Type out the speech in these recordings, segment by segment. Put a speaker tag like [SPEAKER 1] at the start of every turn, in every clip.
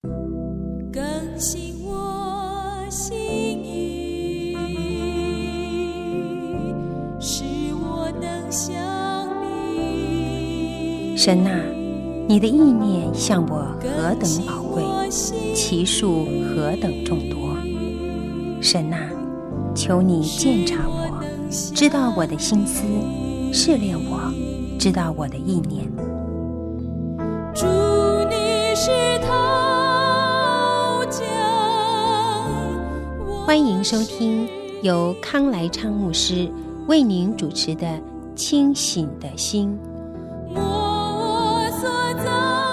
[SPEAKER 1] 更新我心意，使我能像你。
[SPEAKER 2] 神啊，你的意念向我何等宝贵，其数何等众多。神啊，求你鉴察我，知道我的心思，试炼我，知道我的意念。
[SPEAKER 1] 主，你是陶匠，
[SPEAKER 2] 欢迎收听由康来昌牧师为您主持的《清醒的心》。
[SPEAKER 1] 我所造，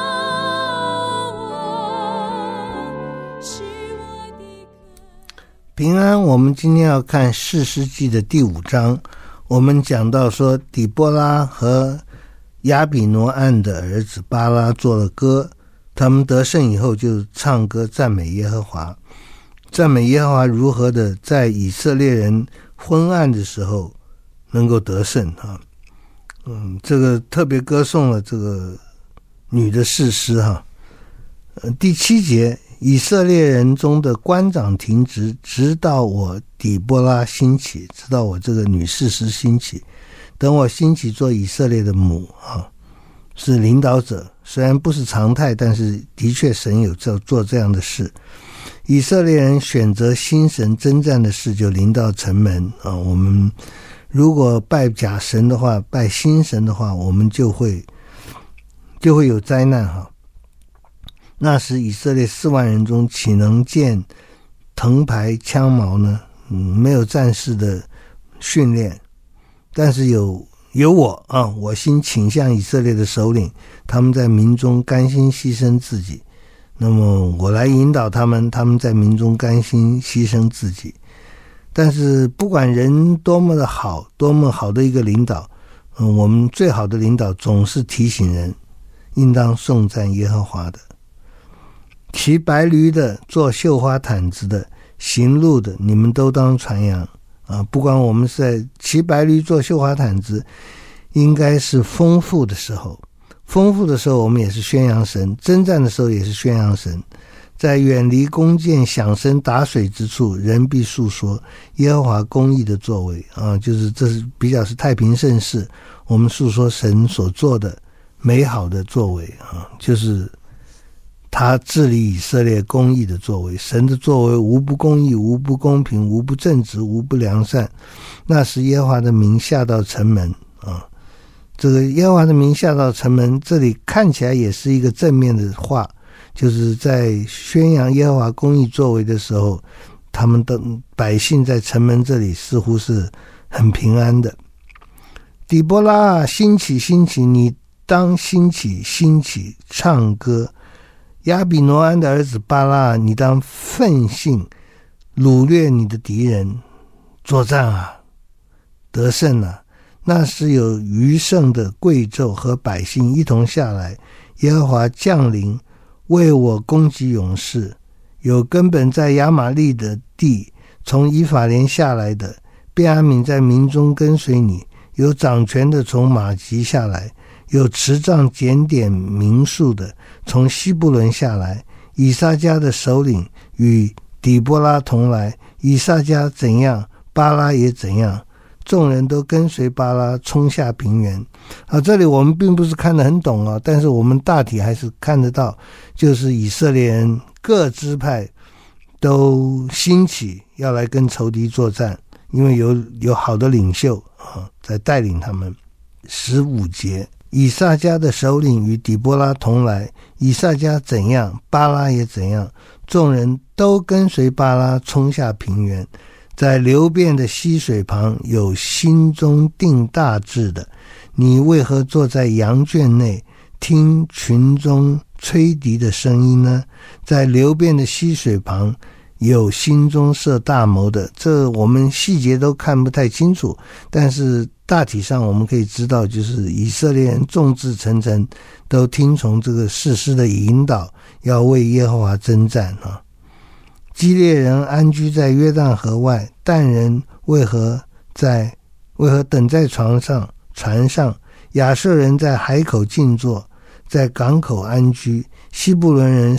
[SPEAKER 1] 是我的
[SPEAKER 3] 平安，我们今天要看士师记的第5章。我们讲到说，底波拉和亚比挪暗的儿子巴拉做了歌，他们得胜以后就唱歌赞美耶和华，赞美耶和华如何的在以色列人昏暗的时候能够得胜啊。这个特别歌颂了这个女的士师哈。第7节，以色列人中的官长停职，直到我底波拉兴起，直到我这个女士师兴起，等我兴起做以色列的母啊，是领导者。虽然不是常态，但是的确神有做这样的事。以色列人选择新神征战的事就临到城门啊。我们如果拜假神的话，拜新神的话，我们就会有灾难哈。那时以色列4万人中岂能见藤牌枪矛呢？没有战士的训练，但是有我啊，我心倾向以色列的首领，他们在民中甘心牺牲自己，那么我来引导他们，他们在民中甘心牺牲自己。但是不管人多么的好，多么好的一个领导，我们最好的领导总是提醒人应当颂赞耶和华的。骑白驴的，做绣花毯子的，行路的，你们都当传扬啊！不管我们是在骑白驴做绣花毯子，应该是丰富的时候，我们也是宣扬神，征战的时候也是宣扬神。在远离弓箭响声打水之处，人必述说耶和华公义的作为啊！就是这是比较是太平盛世，我们述说神所做的美好的作为啊，就是他治理以色列公义的作为。神的作为无不公义，无不公平，无不正直，无不良善。那时耶和华的名下到城门啊，这个耶和华的名下到城门，这里看起来也是一个正面的话，就是在宣扬耶和华公义作为的时候，他们的百姓在城门这里似乎是很平安的。底波拉，兴起兴起，你当兴起兴起，唱歌。亚比挪安的儿子巴拉，你当奋兴掳掠你的敌人，作战啊，得胜啊。那时有余剩的贵胄和百姓一同下来，耶和华降临为我攻击勇士。有根本在亚玛利的地，从以法莲下来的，便雅悯在民中跟随你。有掌权的从马吉下来，有持杖检点民数的从西布伦下来。以撒家的首领与底波拉同来，以撒家怎样，巴拉也怎样。众人都跟随巴拉冲下平原啊。这里我们并不是看得很懂啊，但是我们大体还是看得到，就是以色列人各支派都兴起要来跟仇敌作战，因为有好的领袖啊在带领他们。15节，以撒家的首领与底波拉同来，以撒家怎样，巴拉也怎样。众人都跟随巴拉冲下平原，在流变的溪水旁有心中定大志的。你为何坐在羊圈内，听群中吹笛的声音呢？在流变的溪水旁有心中设大谋的。这我们细节都看不太清楚，但是大体上我们可以知道，就是以色列人众志成城，都听从这个士师的引导，要为耶和华征战啊。基列人安居在约旦河外，但人为何等在船上？亚设人在海口静坐，在港口安居。希布伦人是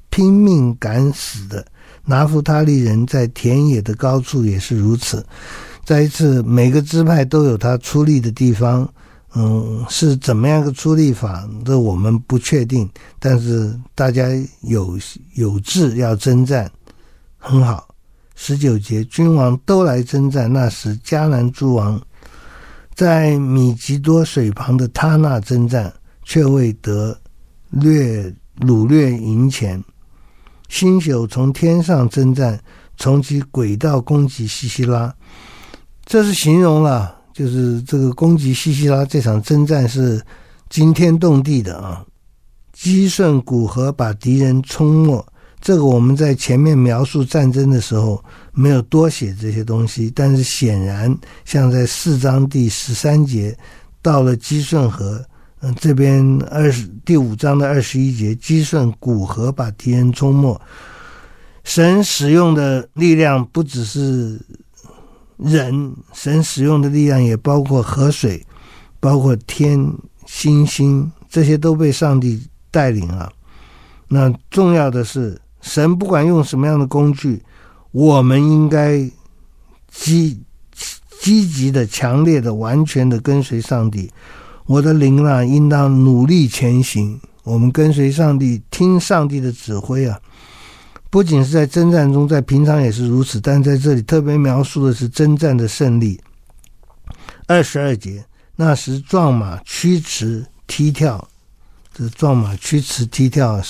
[SPEAKER 3] 拼命赶死的。拿弗他利人在田野的高处也是如此。再一次，每个支派都有他出力的地方，是怎么样个出力法，这我们不确定，但是大家有志要征战，很好。19节，君王都来征战，那时迦南诸王在米吉多水旁的他那征战，却未得掳掠营钱。星宿从天上征战，从其轨道攻击西西拉。这是形容了，就是这个攻击西西拉这场征战是惊天动地的啊！击顺古河，把敌人冲没。这个我们在前面描述战争的时候没有多写这些东西，但是显然像在4章第13节到了击顺河，这边第5章的21节，击顺古河，把敌人冲没。神使用的力量不只是人，神使用的力量也包括河水，包括天星星，这些都被上帝带领了。那重要的是，神不管用什么样的工具，我们应该积极的、强烈的、完全的跟随上帝。我的灵啊，应当努力前行。我们跟随上帝，听上帝的指挥啊。不仅是在征战中，在平常也是如此，但在这里特别描述的是征战的胜利。22节，那时壮马驱驰踢跳，这壮马驱驰踢跳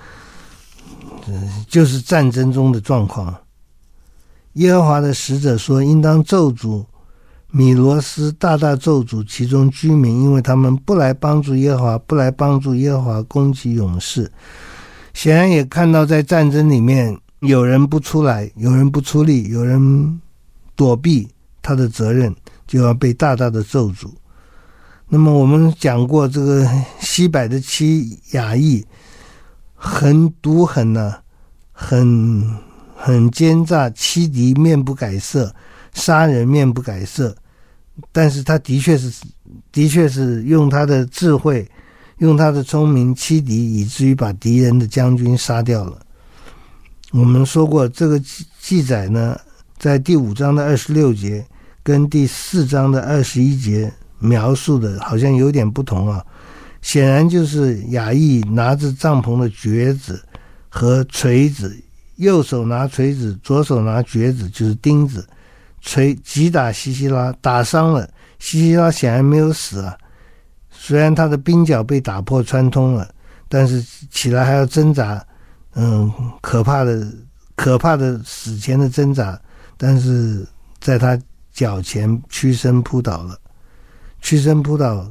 [SPEAKER 3] 就是战争中的状况。耶和华的使者说，应当咒诅米罗斯，大大咒诅其中居民，因为他们不来帮助耶和华，不来帮助耶和华攻击勇士。显然也看到在战争里面，有人不出来，有人不出力，有人躲避他的责任，就要被大大的咒诅。那么我们讲过，这个西柏的妻雅意很毒狠啊，很奸诈，欺敌面不改色，杀人面不改色。但是他的确是用他的智慧，用他的聪明欺敌，以至于把敌人的将军杀掉了。我们说过，这个记载呢，在第5章的26节跟第4章的21节描述的好像有点不同啊。显然就是雅意拿着帐篷的橛子和锤子，右手拿锤子，左手拿橛子，就是钉子，击打西西拉，打伤了西西拉，显然没有死啊。虽然他的鬓角被打破穿通了，但是起来还要挣扎，可怕的死前的挣扎，但是在他脚前屈身扑倒了，屈身扑倒，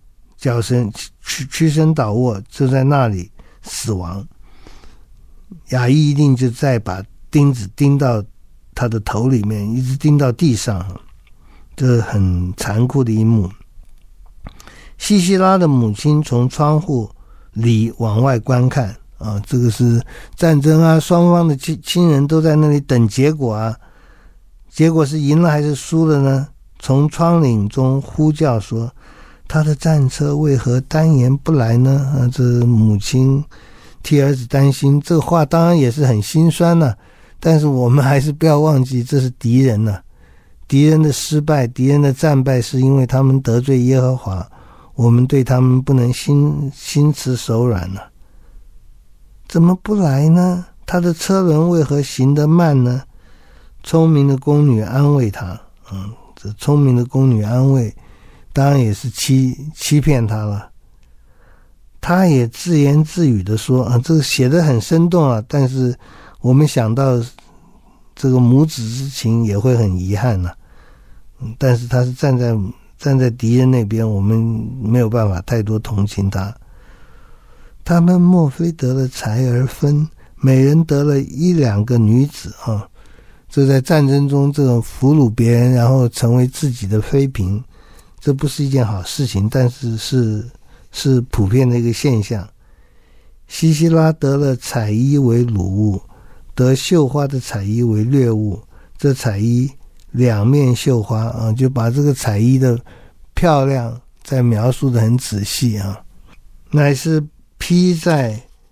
[SPEAKER 3] 屈身倒卧，就在那里死亡。雅意一定就再把钉子钉到他的头里面，一直钉到地上，这很残酷的一幕。西西拉的母亲从窗户里往外观看啊，这个是战争啊，双方的亲人都在那里等结果啊，结果是赢了还是输了呢？从窗棂中呼叫说，他的战车为何单言不来呢？这母亲替儿子担心，这个话当然也是很心酸啊，但是我们还是不要忘记，这是敌人啊，敌人的失败，敌人的战败是因为他们得罪耶和华，我们对他们不能心慈手软啊。怎么不来呢？他的车轮为何行得慢呢？聪明的宫女安慰他，这聪明的宫女安慰，当然也是欺骗他了。他也自言自语的说，这个写得很生动啊，但是我们想到这个母子之情也会很遗憾啊。但是他是站在敌人那边，我们没有办法太多同情他。他们莫非得了财而分，每人得了1-2个女子啊？这在战争中这种俘虏别人，然后成为自己的妃嫔，这不是一件好事情，但是是普遍的一个现象。西西拉得了彩衣为掳物，得绣花的彩衣为掠物。这彩衣2面绣花啊，就把这个彩衣的漂亮再描述得很仔细啊，乃是披在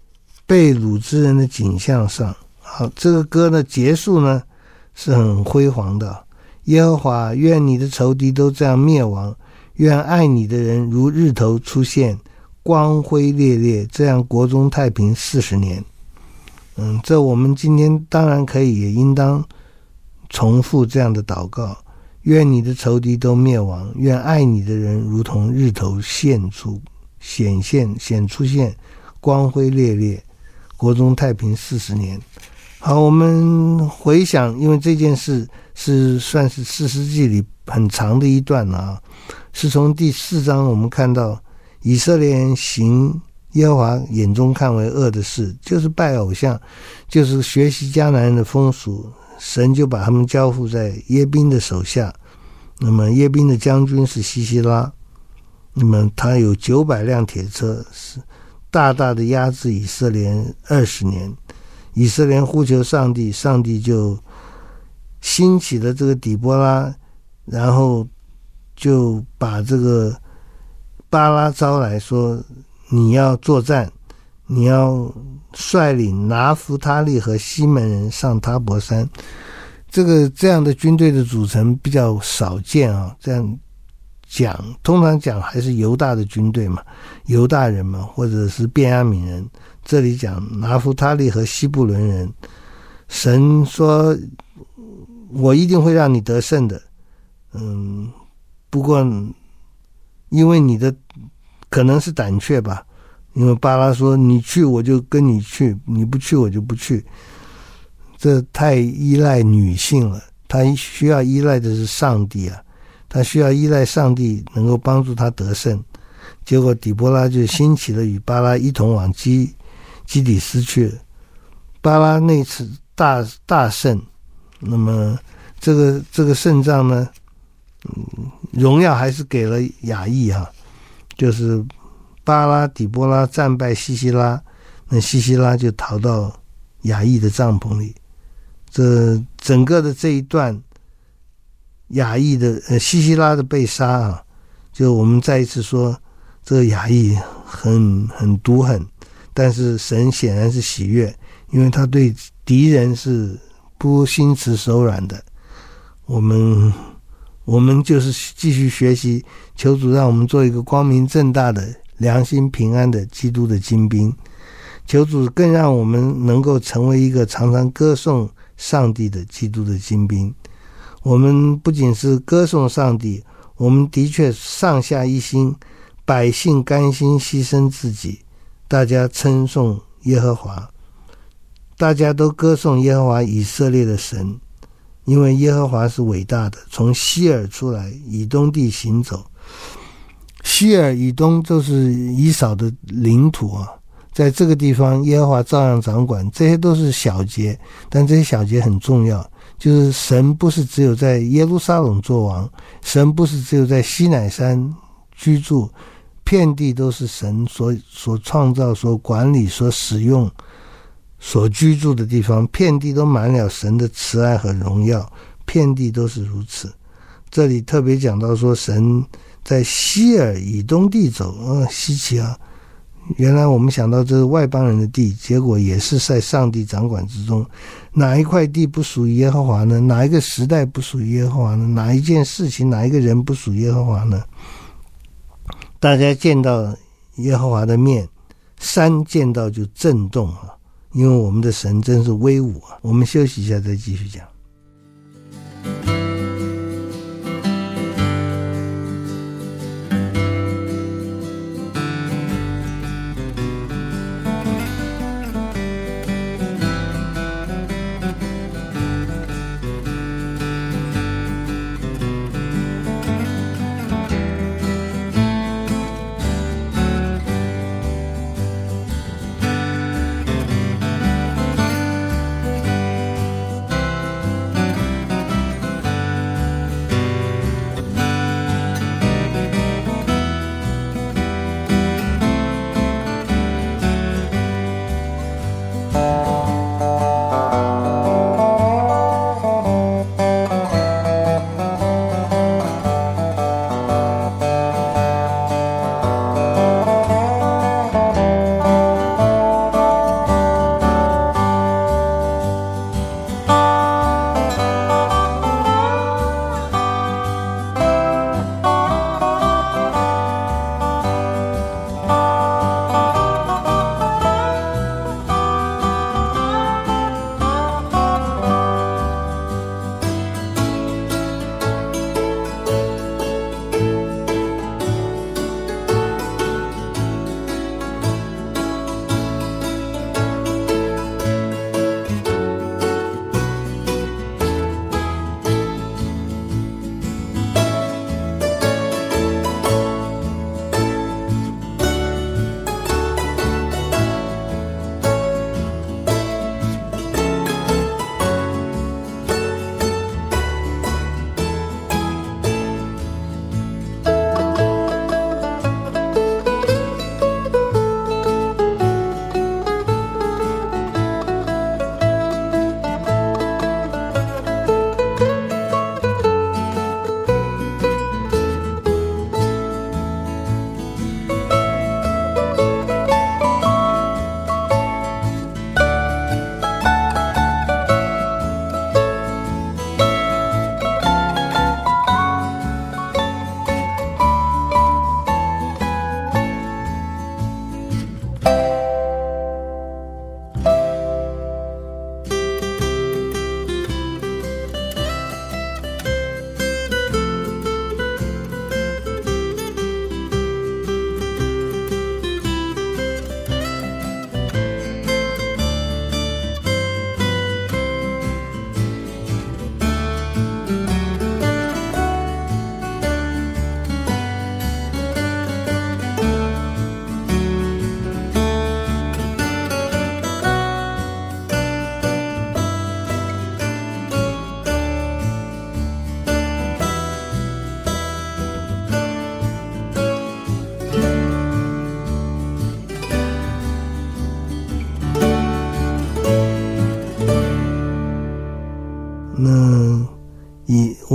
[SPEAKER 3] 被掳之人的景象上。好，这个歌呢结束呢是很辉煌的。耶和华，愿你的仇敌都这样灭亡，愿爱你的人如日头出现，光辉烈烈，这样国中太平40年。这我们今天当然可以也应当重复这样的祷告，愿你的仇敌都灭亡，愿爱你的人如同日头显出现，光辉烈烈，国中太平40年。好，我们回想，因为这件事是算是士师记里很长的一段啊，是从第4章我们看到以色列人行耶和华眼中看为恶的事，就是拜偶像，就是学习迦南人的风俗，神就把他们交付在耶宾的手下。那么耶宾的将军是西西拉，那么他有900辆铁车，是大大的压制以色列人20年。以色列人呼求上帝，上帝就兴起了这个底波拉，然后就把这个巴拉招来说，你要作战，你要率领拿弗他利和西门人上他伯山。这样的军队的组成比较少见啊，这样讲通常讲还是犹大的军队嘛，犹大人嘛，或者是便雅悯人。这里讲拿弗他利和西布伦人，神说我一定会让你得胜的。不过因为你的可能是胆怯吧，因为巴拉说你去我就跟你去，你不去我就不去，这太依赖女性了。他需要依赖的是上帝啊，他需要依赖上帝能够帮助他得胜。结果底波拉就兴起了，与巴拉一同往基底斯去了。巴拉那次大胜，那么这个胜仗呢，荣耀还是给了亚裔哈，就是巴拉底波拉战败西西拉，那西西拉就逃到亚裔的帐篷里。这整个的这一段亚裔的西西拉的被杀啊，就我们再一次说这个亚裔很毒狠，但是神显然是喜悦，因为他对敌人是不心慈手软的。我们就是继续学习，求主让我们做一个光明正大的良心平安的基督的精兵，求主更让我们能够成为一个常常歌颂上帝的基督的精兵。我们不仅是歌颂上帝，我们的确上下一心，百姓甘心牺牲自己，大家称颂耶和华，大家都歌颂耶和华以色列的神，因为耶和华是伟大的，从西尔出来，以东地行走。西尔以东就是以扫的领土啊，在这个地方耶和华照样掌管，这些都是小节，但这些小节很重要，就是神不是只有在耶路撒冷作王，神不是只有在西乃山居住，遍地都是神所创造、所管理、所使用、所居住的地方，遍地都满了神的慈爱和荣耀，遍地都是如此。这里特别讲到说神在西尔以东地走，稀奇啊！原来我们想到这是外邦人的地，结果也是在上帝掌管之中。哪一块地不属于耶和华呢？哪一个时代不属于耶和华呢？哪一件事情、哪一个人不属于耶和华呢？大家见到耶和华的面，山见到就震动啊！因为我们的神真是威武啊！我们休息一下再继续讲。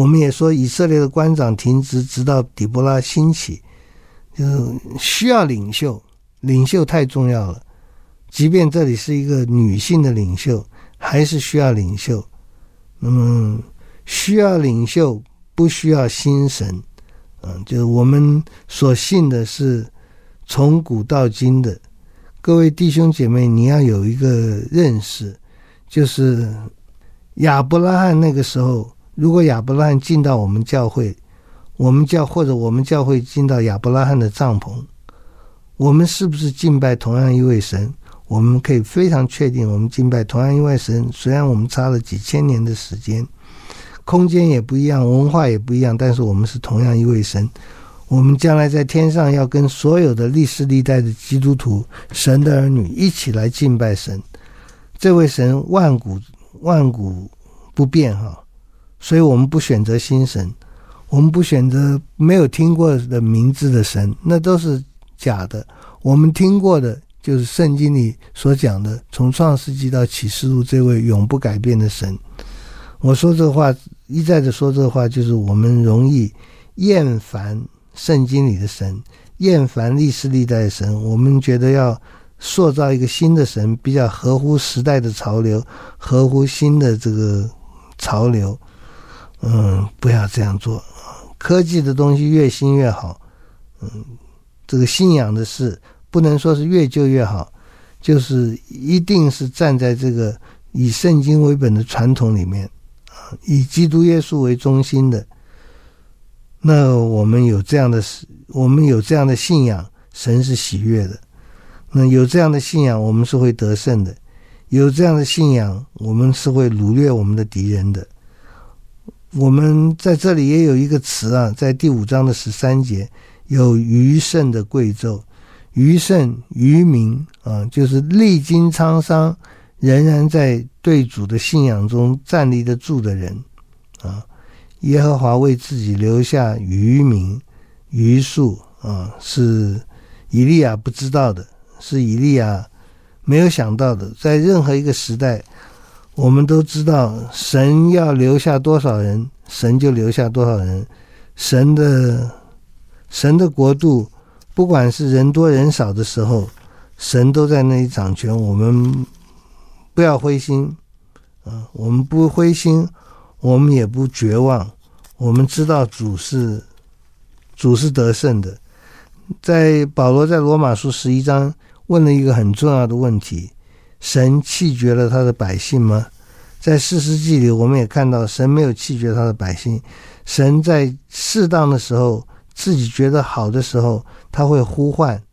[SPEAKER 3] 我们也说以色列的官长停职，直到底波拉兴起，就是需要领袖，领袖太重要了。即便这里是一个女性的领袖，还是需要领袖。那么需要领袖，不需要新神。就是我们所信的是从古到今的。各位弟兄姐妹，你要有一个认识，就是亚伯拉罕那个时候，如果亚伯拉罕进到我们教会，或者我们教会进到亚伯拉罕的帐篷，我们是不是敬拜同样一位神？我们可以非常确定，我们敬拜同样一位神。虽然我们差了几千年的时间，空间也不一样，文化也不一样，但是我们是同样一位神。我们将来在天上要跟所有的历世历代的基督徒，神的儿女一起来敬拜神。这位神万古不变哈，所以我们不选择新神，我们不选择没有听过的名字的神，那都是假的。我们听过的就是圣经里所讲的，从创世纪到启示录这位永不改变的神。我说这话，一再的说这话，就是我们容易厌烦圣经里的神，厌烦历世历代的神。我们觉得要塑造一个新的神，比较合乎时代的潮流，合乎新的这个潮流。不要这样做。科技的东西越新越好。这个信仰的事不能说是越旧越好，就是一定是站在这个以圣经为本的传统里面，以基督耶稣为中心的。那我们有这样的信仰，神是喜悦的。那有这样的信仰，我们是会得胜的。有这样的信仰，我们是会掳掠我们的敌人的。我们在这里也有一个词啊，在第5章的13节，有余剩的贵胄。余剩余民就是历经沧桑仍然在对主的信仰中站立得住的人耶和华为自己留下余民余数是以利亚不知道的，是以利亚没有想到的。在任何一个时代，我们都知道神要留下多少人，神就留下多少人。神的国度，不管是人多人少的时候，神都在那里掌权。我们不要灰心我们不灰心，我们也不绝望。我们知道主是得胜的。保罗在罗马书11章问了一个很重要的问题：神弃绝了他的百姓吗？在士师记里我们也看到，神没有弃绝他的百姓。神在适当的时候，自己觉得好的时候，他会呼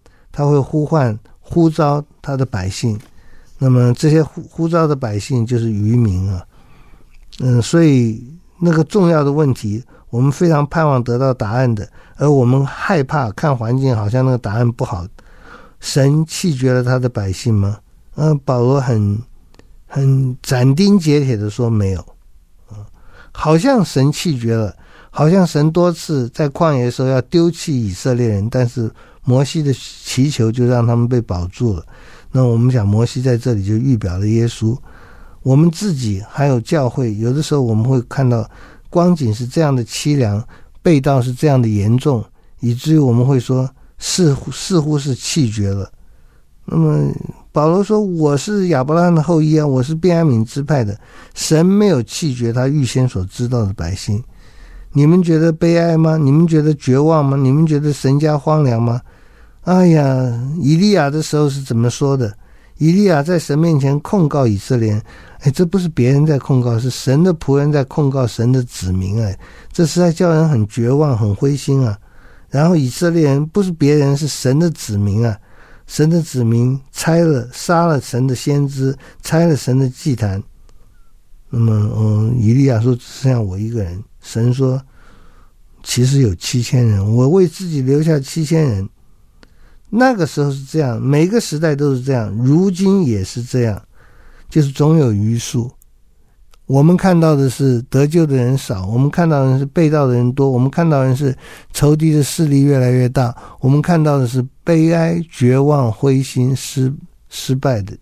[SPEAKER 3] 召他的百姓。那么这些呼召的百姓就是渔民所以那个重要的问题，我们非常盼望得到答案的，而我们害怕看环境好像那个答案不好。神弃绝了他的百姓吗？保罗很斩钉截铁的说没有好像神弃绝了，好像神多次在旷野的时候要丢弃以色列人，但是摩西的祈求就让他们被保住了。那我们讲摩西在这里就预表了耶稣。我们自己还有教会，有的时候我们会看到光景是这样的凄凉，背道是这样的严重，以至于我们会说似乎是弃绝了。那么保罗说，我是亚伯拉罕的后裔我是便雅悯支派的，神没有弃绝他预先所知道的百姓。你们觉得悲哀吗？你们觉得绝望吗？你们觉得神家荒凉吗？哎呀，以利亚的时候是怎么说的？以利亚在神面前控告以色列人，这不是别人在控告，是神的仆人在控告神的子民这实在叫人很绝望很灰心然后以色列人不是别人，是神的子民神的子民杀了神的先知，拆了神的祭坛。那么以利亚说只剩下我一个人，神说其实有7000人，我为自己留下7000人。那个时候是这样，每个时代都是这样，如今也是这样，就是总有余数。我们看到的是得救的人少，我们看到的是背道的人多，我们看到的是仇敌的势力越来越大，我们看到的是悲哀、绝望、灰心、失败的。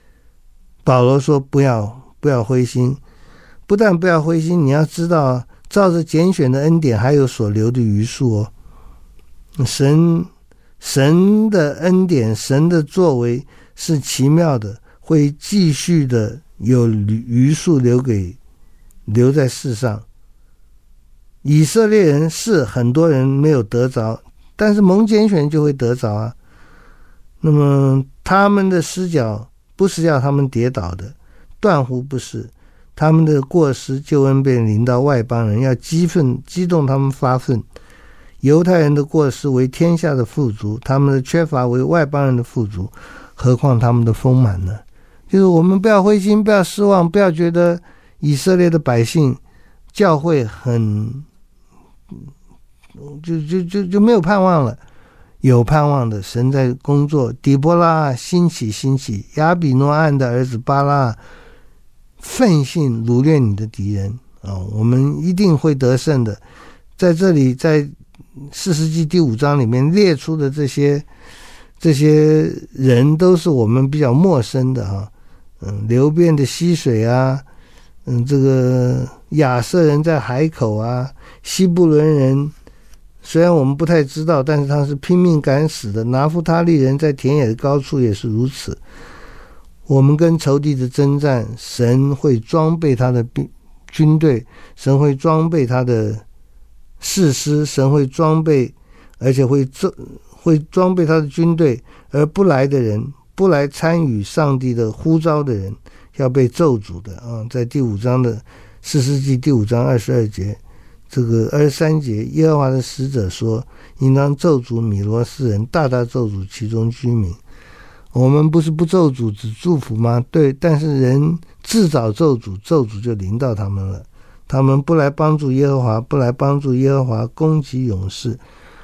[SPEAKER 3] 保罗说不要灰心，不但不要灰心，你要知道照着拣选的恩典还有所留的余数哦。神的恩典，神的作为是奇妙的，会继续的有余数留在世上。以色列人是很多人没有得着，但是蒙拣选就会得着啊。那么他们的失脚不是要他们跌倒的，断乎不是。他们的过失救恩被临到外邦人，要激动他们发愤。犹太人的过失为天下的富足，他们的缺乏为外邦人的富足，何况他们的丰满呢？就是我们不要灰心，不要失望，不要觉得以色列的百姓教会很就没有盼望了。有盼望的，神在工作。底波拉兴起，亚比诺岸的儿子巴拉奋信掳掠你的敌人我们一定会得胜的。在这里，在士师记第5章里面列出的这些人都是我们比较陌生的流便的溪水啊，这个亚瑟人在海口啊，西布伦人虽然我们不太知道，但是他是拼命敢死的。拿弗他利人在田野的高处也是如此。我们跟仇敌的征战，神会装备他的军队，神会装备他的士师，神会装备，而且会装备他的军队，而不来的人，不来参与上帝的呼召的人，要被咒诅的在第5章的士师记第5章22节，这个23节，耶和华的使者说，应当咒诅米罗斯人，大大咒诅其中居民。我们不是不咒诅只祝福吗？对，但是人自找咒诅，咒诅就临到他们了。他们不来帮助耶和华，不来帮助耶和华攻击勇士。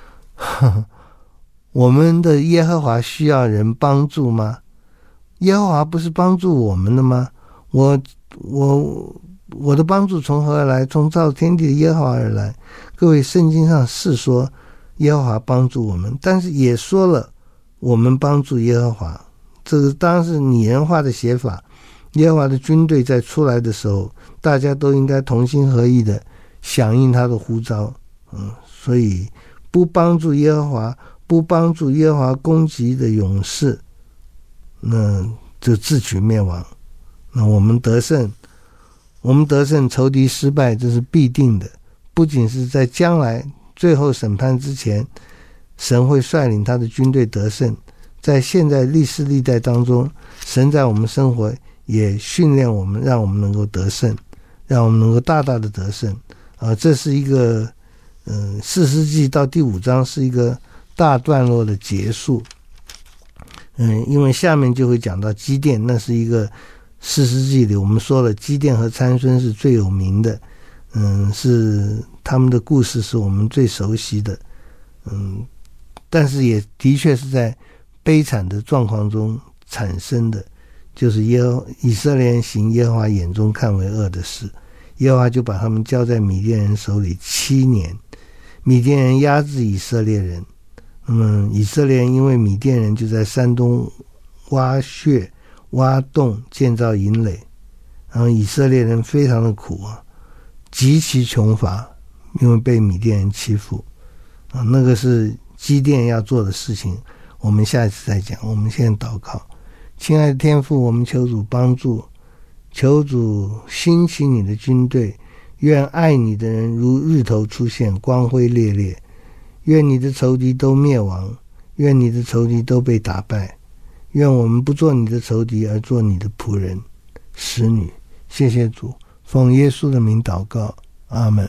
[SPEAKER 3] 我们的耶和华需要人帮助吗？耶和华不是帮助我们的吗？我的帮助从何而来？从造天地的耶和华而来。各位，圣经上是说耶和华帮助我们，但是也说了我们帮助耶和华，这个当然是拟人化的写法。耶和华的军队在出来的时候，大家都应该同心合意的响应他的呼召。所以不帮助耶和华，不帮助耶和华攻击的勇士，那就自取灭亡。那我们得胜，仇敌失败，这是必定的。不仅是在将来最后审判之前，神会率领他的军队得胜，在现在历世历代当中，神在我们生活也训练我们，让我们能够得胜，让我们能够大大的得胜这是一个士师记到第5章是一个大段落的结束。因为下面就会讲到基甸，那是一个士师记里我们说了，基甸和参孙是最有名的，是他们的故事是我们最熟悉的，但是也的确是在悲惨的状况中产生的，就是以色列人行耶和华眼中看为恶的事，耶和华就把他们交在米甸人手里7年，米甸人压制以色列人，那么以色列人因为米甸人就在山东挖穴挖洞建造营垒，然后以色列人非常的苦极其穷乏，因为被米甸人欺负那个是基甸要做的事情，我们下一次再讲。我们现在祷告。亲爱的天父，我们求主帮助，求主兴起你的军队，愿爱你的人如日头出现，光辉烈烈，愿你的仇敌都灭亡，愿你的仇敌都被打败，愿我们不做你的仇敌，而做你的仆人使女。谢谢主，奉耶稣的名祷告，阿们。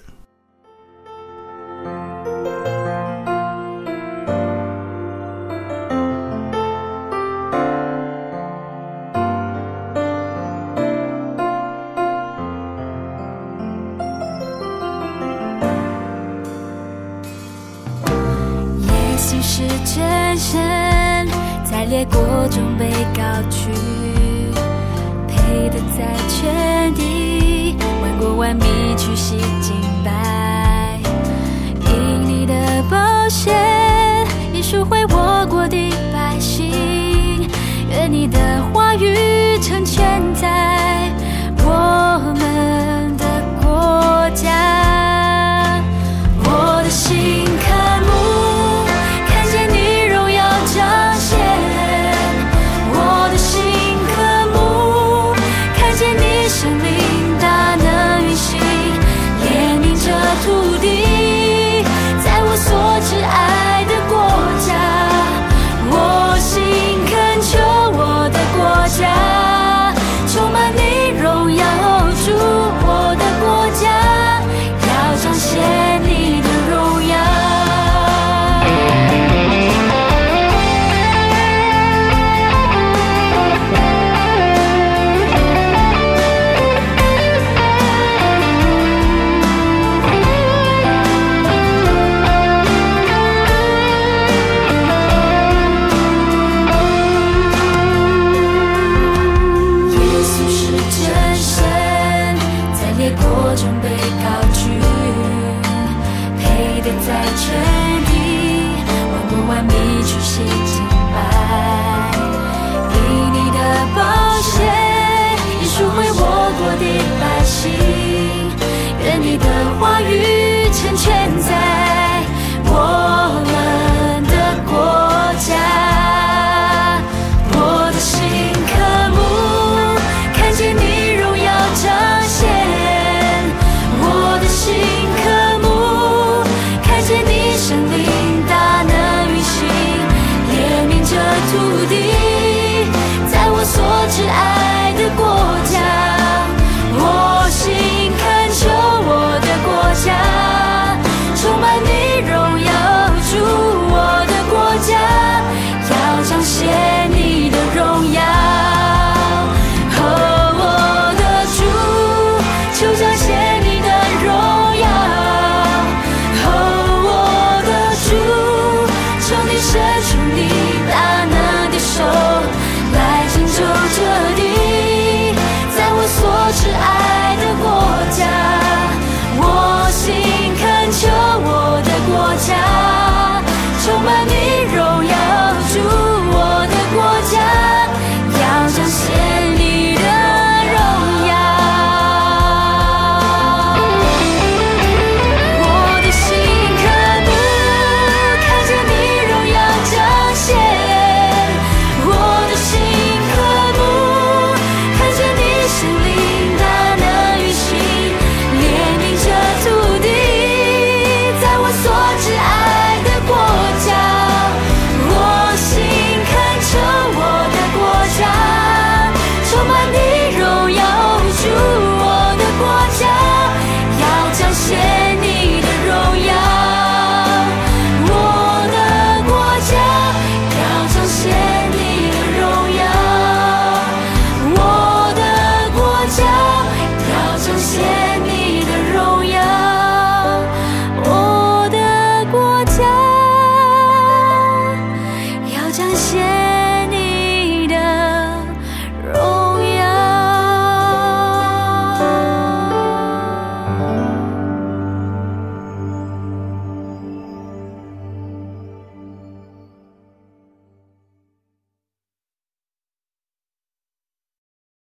[SPEAKER 1] 是真神，在列国中被高举，配得在全地万国万民屈膝敬拜。因你的宝血已赎回我国的百姓，愿你的话语成全在我们的国家。 你生命大能运行，怜悯这土地，在我所挚爱的国家，我心恳求我的国家充满你荣耀，主我的国家要彰显你的荣耀。在全地万国万民去献敬拜，以你的宝血已赎回我国的百姓，愿你的话语成全在我们的国家。我的心渴慕看见你荣耀彰显，我的心渴慕看见你生命大能运行，怜悯这土地，在我所挚爱的国家，我心恳求我的国家充满你荣耀，主我的国家要彰显你的荣耀。我的主，求彰显你的荣耀。求你伸出你大能的手来拯救这地，在我所挚爱的国家，我